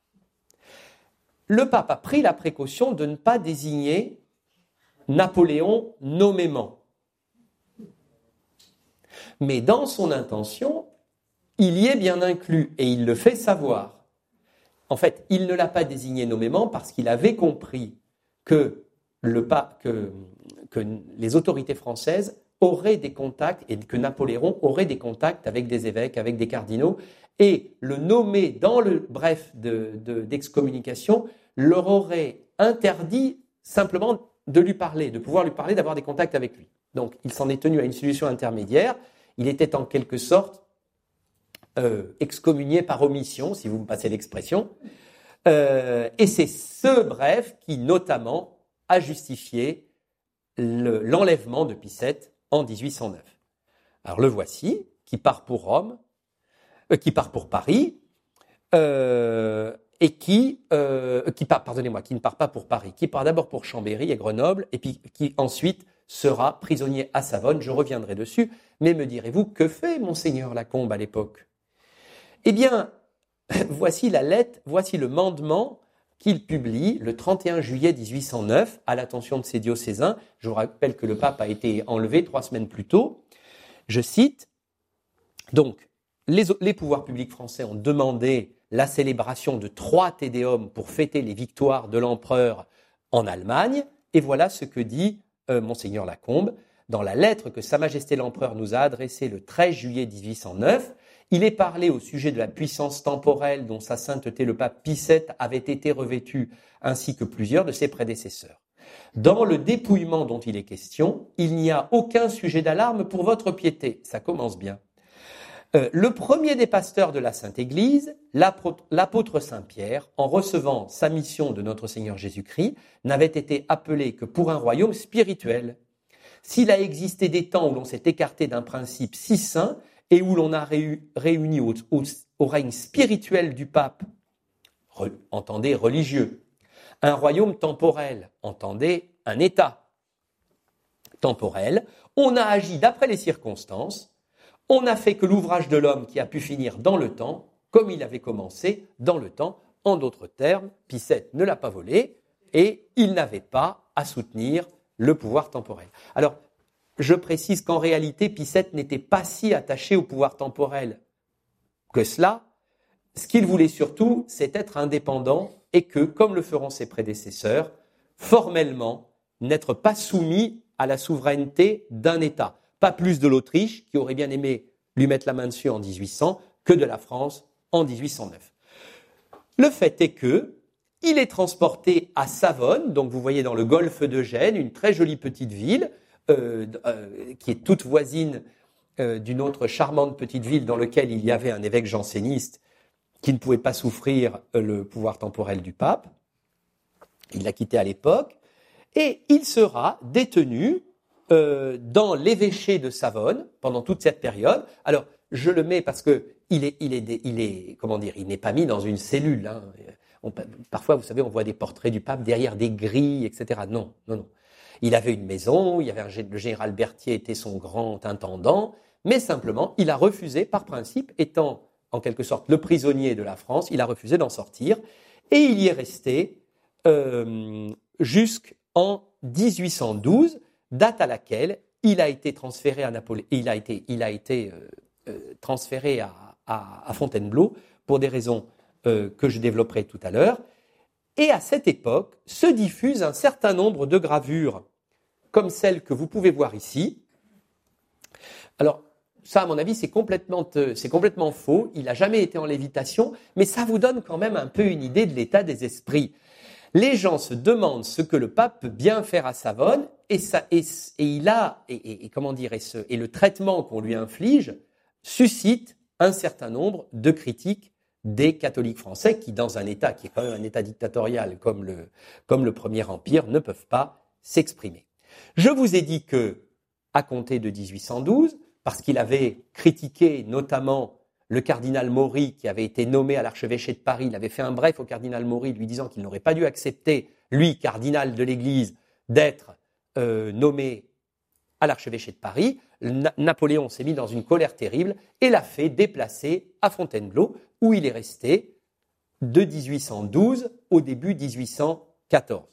Le pape a pris la précaution de ne pas désigner Napoléon nommément. Mais dans son intention, il y est bien inclus et il le fait savoir. En fait, il ne l'a pas désigné nommément parce qu'il avait compris que, le pape, que, que les autorités françaises auraient des contacts et que Napoléon aurait des contacts avec des évêques, avec des cardinaux, et le nommer dans le bref de, de, d'excommunication leur aurait interdit simplement de lui parler, de pouvoir lui parler, d'avoir des contacts avec lui. Donc, il s'en est tenu à une solution intermédiaire. Il était en quelque sorte euh, excommunié par omission, si vous me passez l'expression. Euh, et c'est ce bref qui, notamment, a justifié le, l'enlèvement de Pie sept en dix-huit cent neuf. Alors, le voici, qui part pour Rome, euh, qui part pour Paris, euh, et qui, euh, qui part, pardonnez-moi, qui ne part pas pour Paris, qui part d'abord pour Chambéry et Grenoble, et puis qui ensuite sera prisonnier à Savone. Je reviendrai dessus, mais me direz-vous, que fait Monseigneur Lacombe à l'époque ? Eh bien, voici la lettre, voici le mandement qu'il publie le trente et un juillet dix-huit cent neuf à l'attention de ses diocésains. Je vous rappelle que le pape a été enlevé trois semaines plus tôt. Je cite, donc, les, les pouvoirs publics français ont demandé la célébration de trois Te Deum pour fêter les victoires de l'empereur en Allemagne, et voilà ce que dit euh, Monseigneur Lacombe dans la lettre que Sa Majesté l'Empereur nous a adressée le treize juillet dix-huit cent neuf. Il est parlé au sujet de la puissance temporelle dont Sa Sainteté le pape Pie sept avait été revêtu, ainsi que plusieurs de ses prédécesseurs. Dans le dépouillement dont il est question, il n'y a aucun sujet d'alarme pour votre piété. Ça commence bien. Euh, le premier des pasteurs de la Sainte Église, l'apôtre, l'apôtre Saint Pierre, en recevant sa mission de notre Seigneur Jésus-Christ, n'avait été appelé que pour un royaume spirituel. S'il a existé des temps où l'on s'est écarté d'un principe si saint et où l'on a réuni au, au, au règne spirituel du pape, re, entendez religieux, un royaume temporel, entendez un État temporel, on a agi d'après les circonstances. On n'a fait que l'ouvrage de l'homme qui a pu finir dans le temps, comme il avait commencé dans le temps. En d'autres termes, Pie sept ne l'a pas volé et il n'avait pas à soutenir le pouvoir temporel. Alors, je précise qu'en réalité, Pie sept n'était pas si attaché au pouvoir temporel que cela. Ce qu'il voulait surtout, c'est être indépendant et que, comme le feront ses prédécesseurs, formellement, n'être pas soumis à la souveraineté d'un État. Pas plus de l'Autriche, qui aurait bien aimé lui mettre la main dessus en dix-huit cents, que de la France en dix-huit cent neuf. Le fait est que il est transporté à Savone, donc vous voyez dans le golfe de Gênes, une très jolie petite ville, euh, euh, qui est toute voisine euh, d'une autre charmante petite ville dans laquelle il y avait un évêque janséniste qui ne pouvait pas souffrir le pouvoir temporel du pape. Il l'a quitté à l'époque, et il sera détenu euh, dans l'évêché de Savone pendant toute cette période. Alors, je le mets parce que il est, il est, il est, comment dire, il n'est pas mis dans une cellule. Hein. On, parfois, vous savez, on voit des portraits du pape derrière des grilles, et cetera. Non, non, non. Il avait une maison, il y avait un, le général Berthier était son grand intendant, mais simplement, il a refusé, par principe, étant en quelque sorte le prisonnier de la France, il a refusé d'en sortir, et il y est resté euh, jusqu'en dix-huit cent douze, date à laquelle il a été transféré à Napoléon, il a été, il a été euh, euh, transféré à, à, à Fontainebleau pour des raisons euh, que je développerai tout à l'heure. Et à cette époque, se diffuse un certain nombre de gravures, comme celle que vous pouvez voir ici. Alors, ça, à mon avis, c'est complètement, c'est complètement faux. Il n'a jamais été en lévitation, mais ça vous donne quand même un peu une idée de l'état des esprits. Les gens se demandent ce que le pape peut bien faire à Savone, et, ça, et, et il a, et, et, et comment dire, et, ce, et le traitement qu'on lui inflige suscite un certain nombre de critiques des catholiques français qui, dans un État qui est quand même un État dictatorial comme le, comme le Premier Empire, ne peuvent pas s'exprimer. Je vous ai dit que, à compter de dix-huit cent douze, parce qu'il avait critiqué notamment le cardinal Maury, qui avait été nommé à l'archevêché de Paris, il avait fait un bref au cardinal Maury lui disant qu'il n'aurait pas dû accepter, lui, cardinal de l'Église, d'être euh, nommé à l'archevêché de Paris. Na- Napoléon s'est mis dans une colère terrible et l'a fait déplacer à Fontainebleau, où il est resté de dix-huit cent douze au début dix-huit cent quatorze.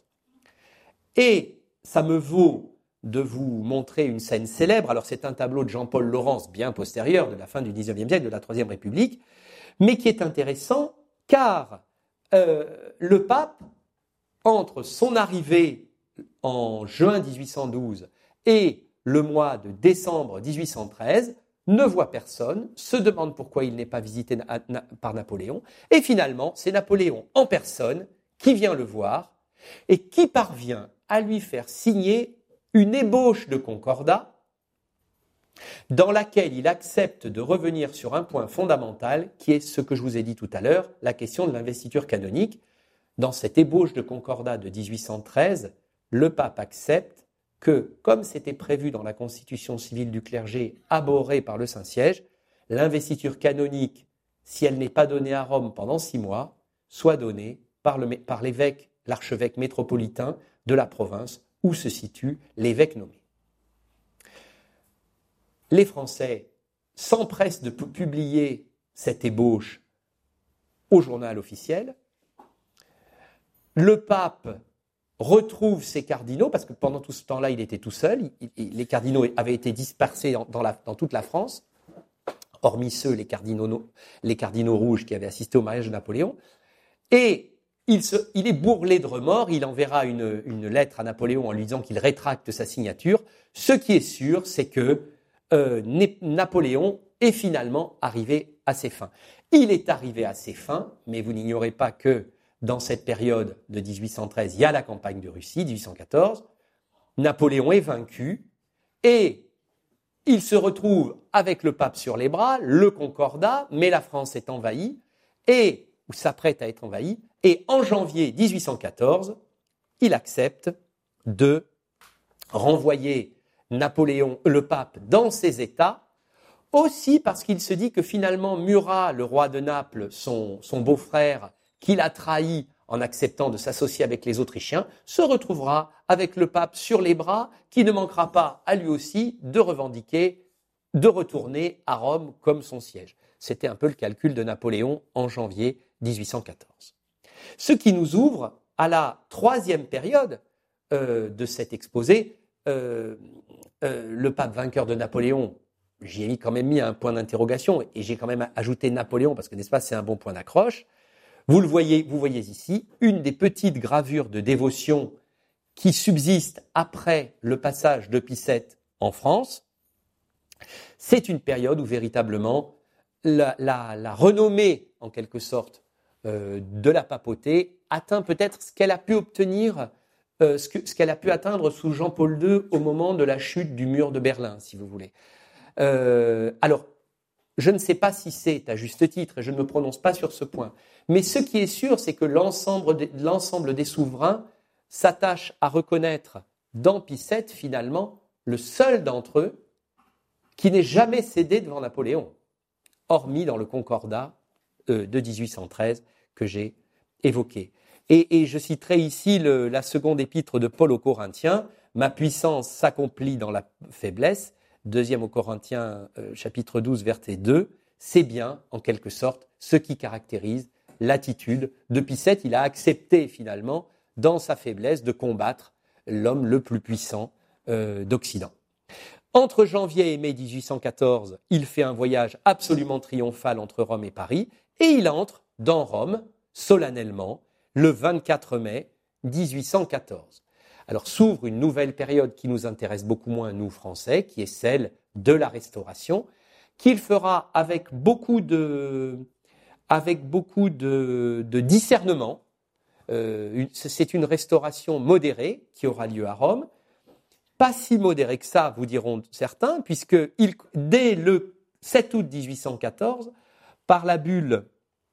Et ça me vaut de vous montrer une scène célèbre. Alors c'est un tableau de Jean-Paul Laurens, bien postérieur, de la fin du dix-neuvième siècle, de la Troisième République, mais qui est intéressant car euh, le pape, entre son arrivée en juin dix-huit cent douze et le mois de décembre dix-huit cent treize, ne voit personne, se demande pourquoi il n'est pas visité na- na- par Napoléon, et finalement, c'est Napoléon en personne qui vient le voir et qui parvient à lui faire signer une ébauche de concordat dans laquelle il accepte de revenir sur un point fondamental qui est ce que je vous ai dit tout à l'heure, la question de l'investiture canonique. Dans cette ébauche de concordat de dix-huit cent treize, le pape accepte que, comme c'était prévu dans la constitution civile du clergé abhorrée par le Saint-Siège, l'investiture canonique, si elle n'est pas donnée à Rome pendant six mois, soit donnée par, le, par l'évêque, l'archevêque métropolitain de la province où se situe l'évêque nommé. Les Français s'empressent de publier cette ébauche au journal officiel. Le pape retrouve ses cardinaux, parce que pendant tout ce temps-là, il était tout seul. Il, il, les cardinaux avaient été dispersés dans, dans, la, dans toute la France, hormis ceux, les cardinaux, les cardinaux rouges qui avaient assisté au mariage de Napoléon. Et il, se, il est bourrelé de remords. Il enverra une, une lettre à Napoléon en lui disant qu'il rétracte sa signature. Ce qui est sûr, c'est que euh, Napoléon est finalement arrivé à ses fins. Il est arrivé à ses fins, mais vous n'ignorez pas que dans cette période de dix-huit cent treize, il y a la campagne de Russie, dix-huit cent quatorze. Napoléon est vaincu et il se retrouve avec le pape sur les bras, le concordat, mais la France est envahie et ou s'apprête à être envahie. Et en janvier dix-huit cent quatorze, il accepte de renvoyer Napoléon, le pape, dans ses États, aussi parce qu'il se dit que finalement Murat, le roi de Naples, son, son beau-frère, qu'il a trahi en acceptant de s'associer avec les Autrichiens, se retrouvera avec le pape sur les bras, qui ne manquera pas à lui aussi de revendiquer, de retourner à Rome comme son siège. C'était un peu le calcul de Napoléon en janvier dix-huit cent quatorze. Ce qui nous ouvre à la troisième période euh, de cet exposé. Euh, euh, le pape vainqueur de Napoléon, j'y ai quand même mis un point d'interrogation et j'ai quand même ajouté Napoléon parce que, n'est-ce pas, c'est un bon point d'accroche. Vous le voyez, vous voyez ici, une des petites gravures de dévotion qui subsiste après le passage de Pie sept en France. C'est une période où véritablement la, la, la renommée, en quelque sorte, euh, de la papauté atteint peut-être ce qu'elle a pu obtenir, euh, ce, que, ce qu'elle a pu atteindre sous Jean-Paul deux au moment de la chute du mur de Berlin, si vous voulez. Euh, alors, je ne sais pas si c'est à juste titre, et je ne me prononce pas sur ce point, mais ce qui est sûr, c'est que l'ensemble des, l'ensemble des souverains s'attachent à reconnaître dans Pie sept, finalement, le seul d'entre eux qui n'ait jamais cédé devant Napoléon, hormis dans le Concordat euh, de dix-huit cent treize que j'ai évoqué. Et, et je citerai ici le, la seconde épître de Paul aux Corinthiens, « Ma puissance s'accomplit dans la faiblesse », deuxième aux Corinthiens, euh, chapitre douze, verset deux, c'est bien, en quelque sorte, ce qui caractérise l'attitude de Pie sept. Il a accepté finalement, dans sa faiblesse, de combattre l'homme le plus puissant euh, d'Occident. Entre janvier et mai dix-huit cent quatorze, il fait un voyage absolument triomphal entre Rome et Paris, et il entre dans Rome, solennellement, le vingt-quatre mai dix-huit cent quatorze. Alors s'ouvre une nouvelle période qui nous intéresse beaucoup moins, nous Français, qui est celle de la Restauration, qu'il fera avec beaucoup de, avec beaucoup de, de discernement. Euh, c'est une restauration modérée qui aura lieu à Rome. Pas si modérée que ça, vous diront certains, puisque il, dès le sept août dix-huit cent quatorze, par la bulle,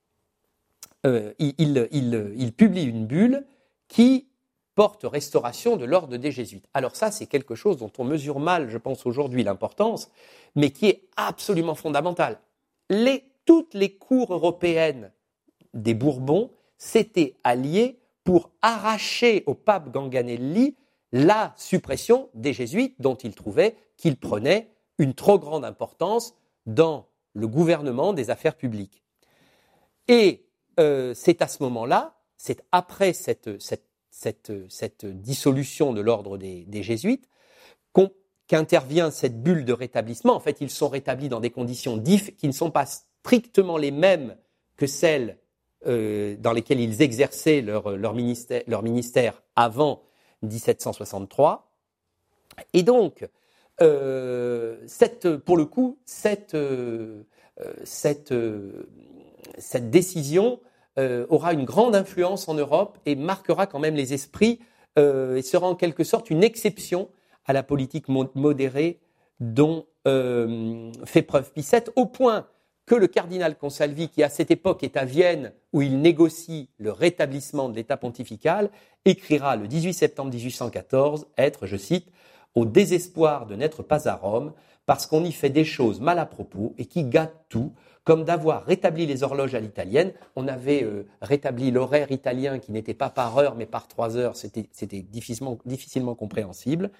euh, il, il, il, il publie une bulle qui porte restauration de l'ordre des Jésuites. Alors ça, c'est quelque chose dont on mesure mal, je pense, aujourd'hui l'importance, mais qui est absolument fondamental. Les, toutes les cours européennes des Bourbons s'étaient alliées pour arracher au pape Ganganelli la suppression des Jésuites dont il trouvait qu'ils prenaient une trop grande importance dans le gouvernement des affaires publiques. Et euh, c'est à ce moment-là, c'est après cette, cette, cette, cette dissolution de l'ordre des, des Jésuites qu'on, qu'intervient cette bulle de rétablissement. En fait, ils sont rétablis dans des conditions diff, qui ne sont pas strictement les mêmes que celles euh, dans lesquelles ils exerçaient leur, leur, ministère, leur ministère avant dix-sept cent soixante-trois. Et donc, euh, cette, pour le coup, cette, euh, cette, euh, cette décision euh, aura une grande influence en Europe et marquera quand même les esprits euh, et sera en quelque sorte une exception à la politique modérée dont euh, fait preuve Pie sept, au point que le cardinal Consalvi, qui à cette époque est à Vienne, où il négocie le rétablissement de l'État pontifical, écrira le dix-huit septembre dix-huit cent quatorze être, je cite, « au désespoir de n'être pas à Rome, parce qu'on y fait des choses mal à propos et qui gâtent tout, comme d'avoir rétabli les horloges à l'italienne. » On avait euh, rétabli l'horaire italien qui n'était pas par heure mais par trois heures, c'était, c'était difficilement, difficilement compréhensible.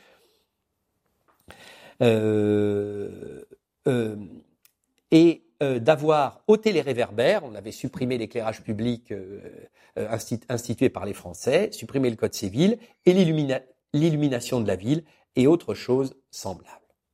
Euh, euh, et euh, d'avoir ôté les réverbères, on avait supprimé l'éclairage public euh, institu- institué par les Français, supprimé le code civil et l'illumina- l'illumination de la ville et autre chose semblable.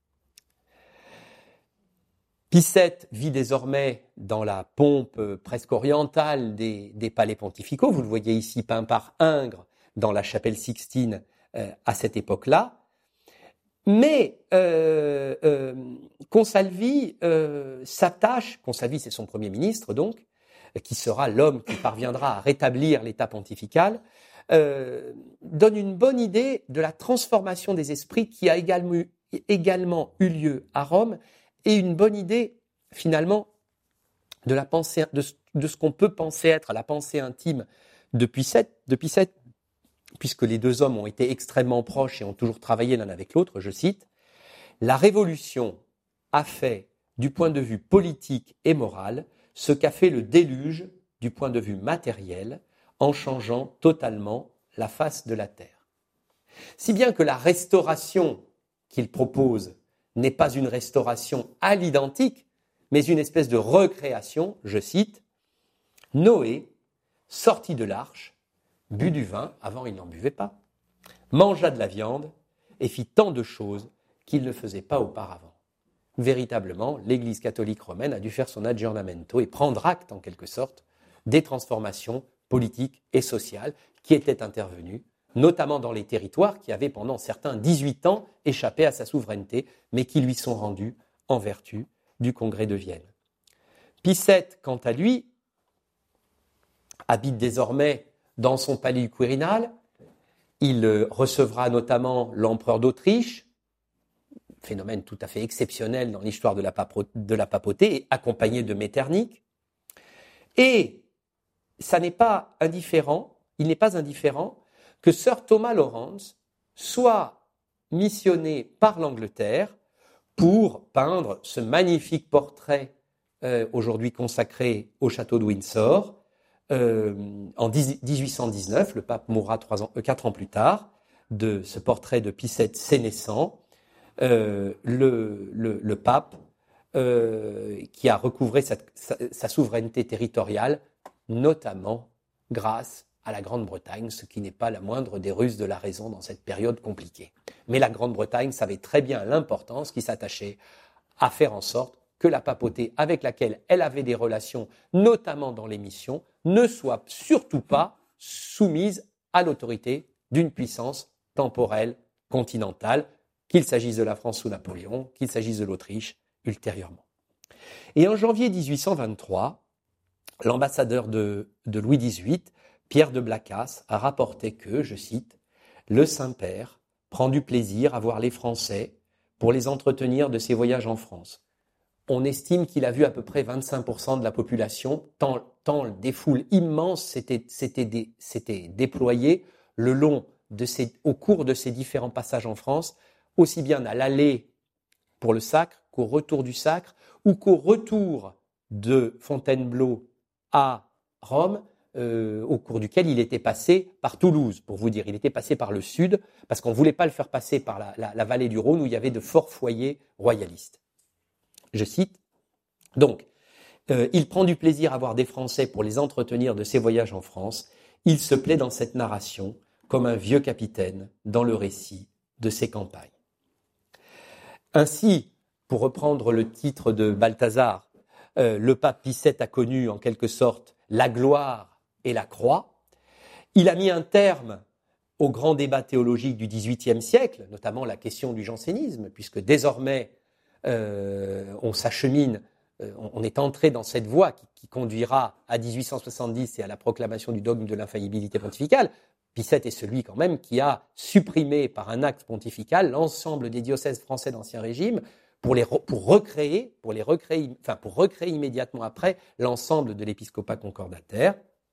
Pie sept vit désormais dans la pompe presque orientale des, des palais pontificaux. Vous le voyez ici peint par Ingres dans la chapelle Sixtine euh, à cette époque-là. Mais euh, euh, Consalvi euh, s'attache, Consalvi c'est son premier ministre donc, qui sera l'homme qui parviendra à rétablir l'État pontifical, euh, donne une bonne idée de la transformation des esprits qui a également, également eu lieu à Rome et une bonne idée finalement de la pensée, de, de ce qu'on peut penser être la pensée intime de Pie sept, de Pie sept, puisque les deux hommes ont été extrêmement proches et ont toujours travaillé l'un avec l'autre, je cite, « La Révolution a fait, du point de vue politique et moral, ce qu'a fait le déluge du point de vue matériel, en changeant totalement la face de la terre. » Si bien que la restauration qu'il propose n'est pas une restauration à l'identique, mais une espèce de recréation, je cite, « Noé, sorti de l'arche, but du vin, avant il n'en buvait pas, mangea de la viande et fit tant de choses qu'il ne faisait pas auparavant. » Véritablement, l'Église catholique romaine a dû faire son aggiornamento et prendre acte, en quelque sorte, des transformations politiques et sociales qui étaient intervenues, notamment dans les territoires qui avaient pendant certains dix-huit ans échappé à sa souveraineté, mais qui lui sont rendus en vertu du Congrès de Vienne. Pie sept, quant à lui, habite désormais dans son palais quirinal. Il recevra notamment l'empereur d'Autriche, phénomène tout à fait exceptionnel dans l'histoire de la, papo- de la papauté, accompagné de Metternich. Et ça n'est pas indifférent, il n'est pas indifférent que Sir Thomas Lawrence soit missionné par l'Angleterre pour peindre ce magnifique portrait euh, aujourd'hui consacré au château de Windsor. Euh, en dix-huit cent dix-neuf, le pape mourra trois ans, euh, quatre ans plus tard, de ce portrait de Pie sept sénescent. Euh, le, le, le pape euh, qui a recouvré sa, sa, sa souveraineté territoriale, notamment grâce à la Grande-Bretagne, ce qui n'est pas la moindre des ruses de la raison dans cette période compliquée. Mais la Grande-Bretagne savait très bien l'importance qui s'attachait à faire en sorte que la papauté avec laquelle elle avait des relations, notamment dans les missions, ne soit surtout pas soumise à l'autorité d'une puissance temporelle continentale, qu'il s'agisse de la France sous Napoléon, qu'il s'agisse de l'Autriche ultérieurement. Et en janvier dix-huit cent vingt-trois, l'ambassadeur de, de Louis dix-huit, Pierre de Blacas, a rapporté que, je cite, « Le Saint-Père prend du plaisir à voir les Français pour les entretenir de ses voyages en France. On estime qu'il a vu à peu près vingt-cinq pour cent de la population, tant, tant des foules immenses s'étaient, s'étaient, dé, s'étaient déployées le long de ces, au cours de ces différents passages en France, aussi bien à l'aller pour le sacre qu'au retour du sacre, ou qu'au retour de Fontainebleau à Rome, euh, au cours duquel il était passé par Toulouse, pour vous dire. Il était passé par le sud, parce qu'on ne voulait pas le faire passer par la, la, la vallée du Rhône, où il y avait de forts foyers royalistes. Je cite, donc, euh, il prend du plaisir à voir des Français pour les entretenir de ses voyages en France. Il se plaît dans cette narration comme un vieux capitaine dans le récit de ses campagnes. Ainsi, pour reprendre le titre de Balthazar, euh, le pape Pie sept a connu en quelque sorte la gloire et la croix. Il a mis un terme au grand débat théologique du dix-huitième siècle, notamment la question du jansénisme, puisque désormais euh, on s'achemine, euh, on est entré dans cette voie qui, qui conduira à dix-huit cent soixante-dix et à la proclamation du dogme de l'infaillibilité pontificale. Pie sept est celui quand même qui a supprimé par un acte pontifical l'ensemble des diocèses français d'Ancien Régime pour les re, pour recréer, pour les recréer, enfin pour recréer immédiatement après l'ensemble de l'épiscopat concordataire.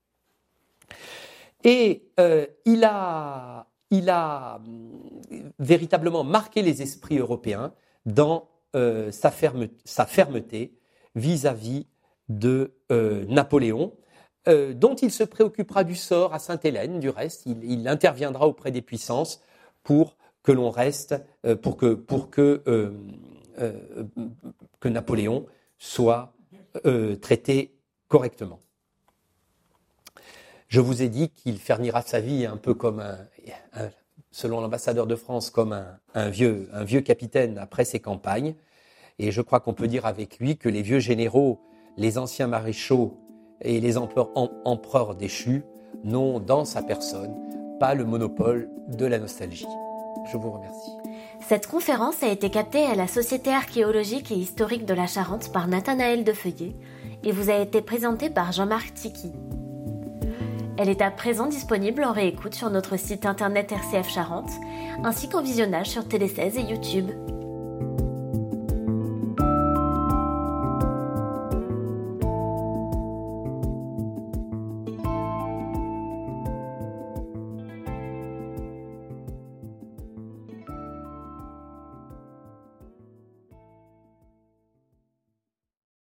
Et euh, il a, il a véritablement marqué les esprits européens dans euh, sa, ferme, sa fermeté vis-à-vis de euh, Napoléon, euh, dont il se préoccupera du sort à Sainte-Hélène. Du reste, il, il interviendra auprès des puissances pour que l'on reste, euh, pour que, pour que, euh, euh, que Napoléon soit euh, traité correctement. Je vous ai dit qu'il finira sa vie un peu comme un, un selon l'ambassadeur de France, comme un, un, vieux, un vieux capitaine après ses campagnes. Et je crois qu'on peut dire avec lui que les vieux généraux, les anciens maréchaux et les empereurs, em, empereurs déchus n'ont dans sa personne pas le monopole de la nostalgie. Je vous remercie. Cette conférence a été captée à la Société archéologique et historique de la Charente par Nathanaël Defeuillet et vous a été présentée par Jean-Marc Tichy. Elle est à présent disponible en réécoute sur notre site internet R C F Charente, ainsi qu'en visionnage sur Télé seize et YouTube.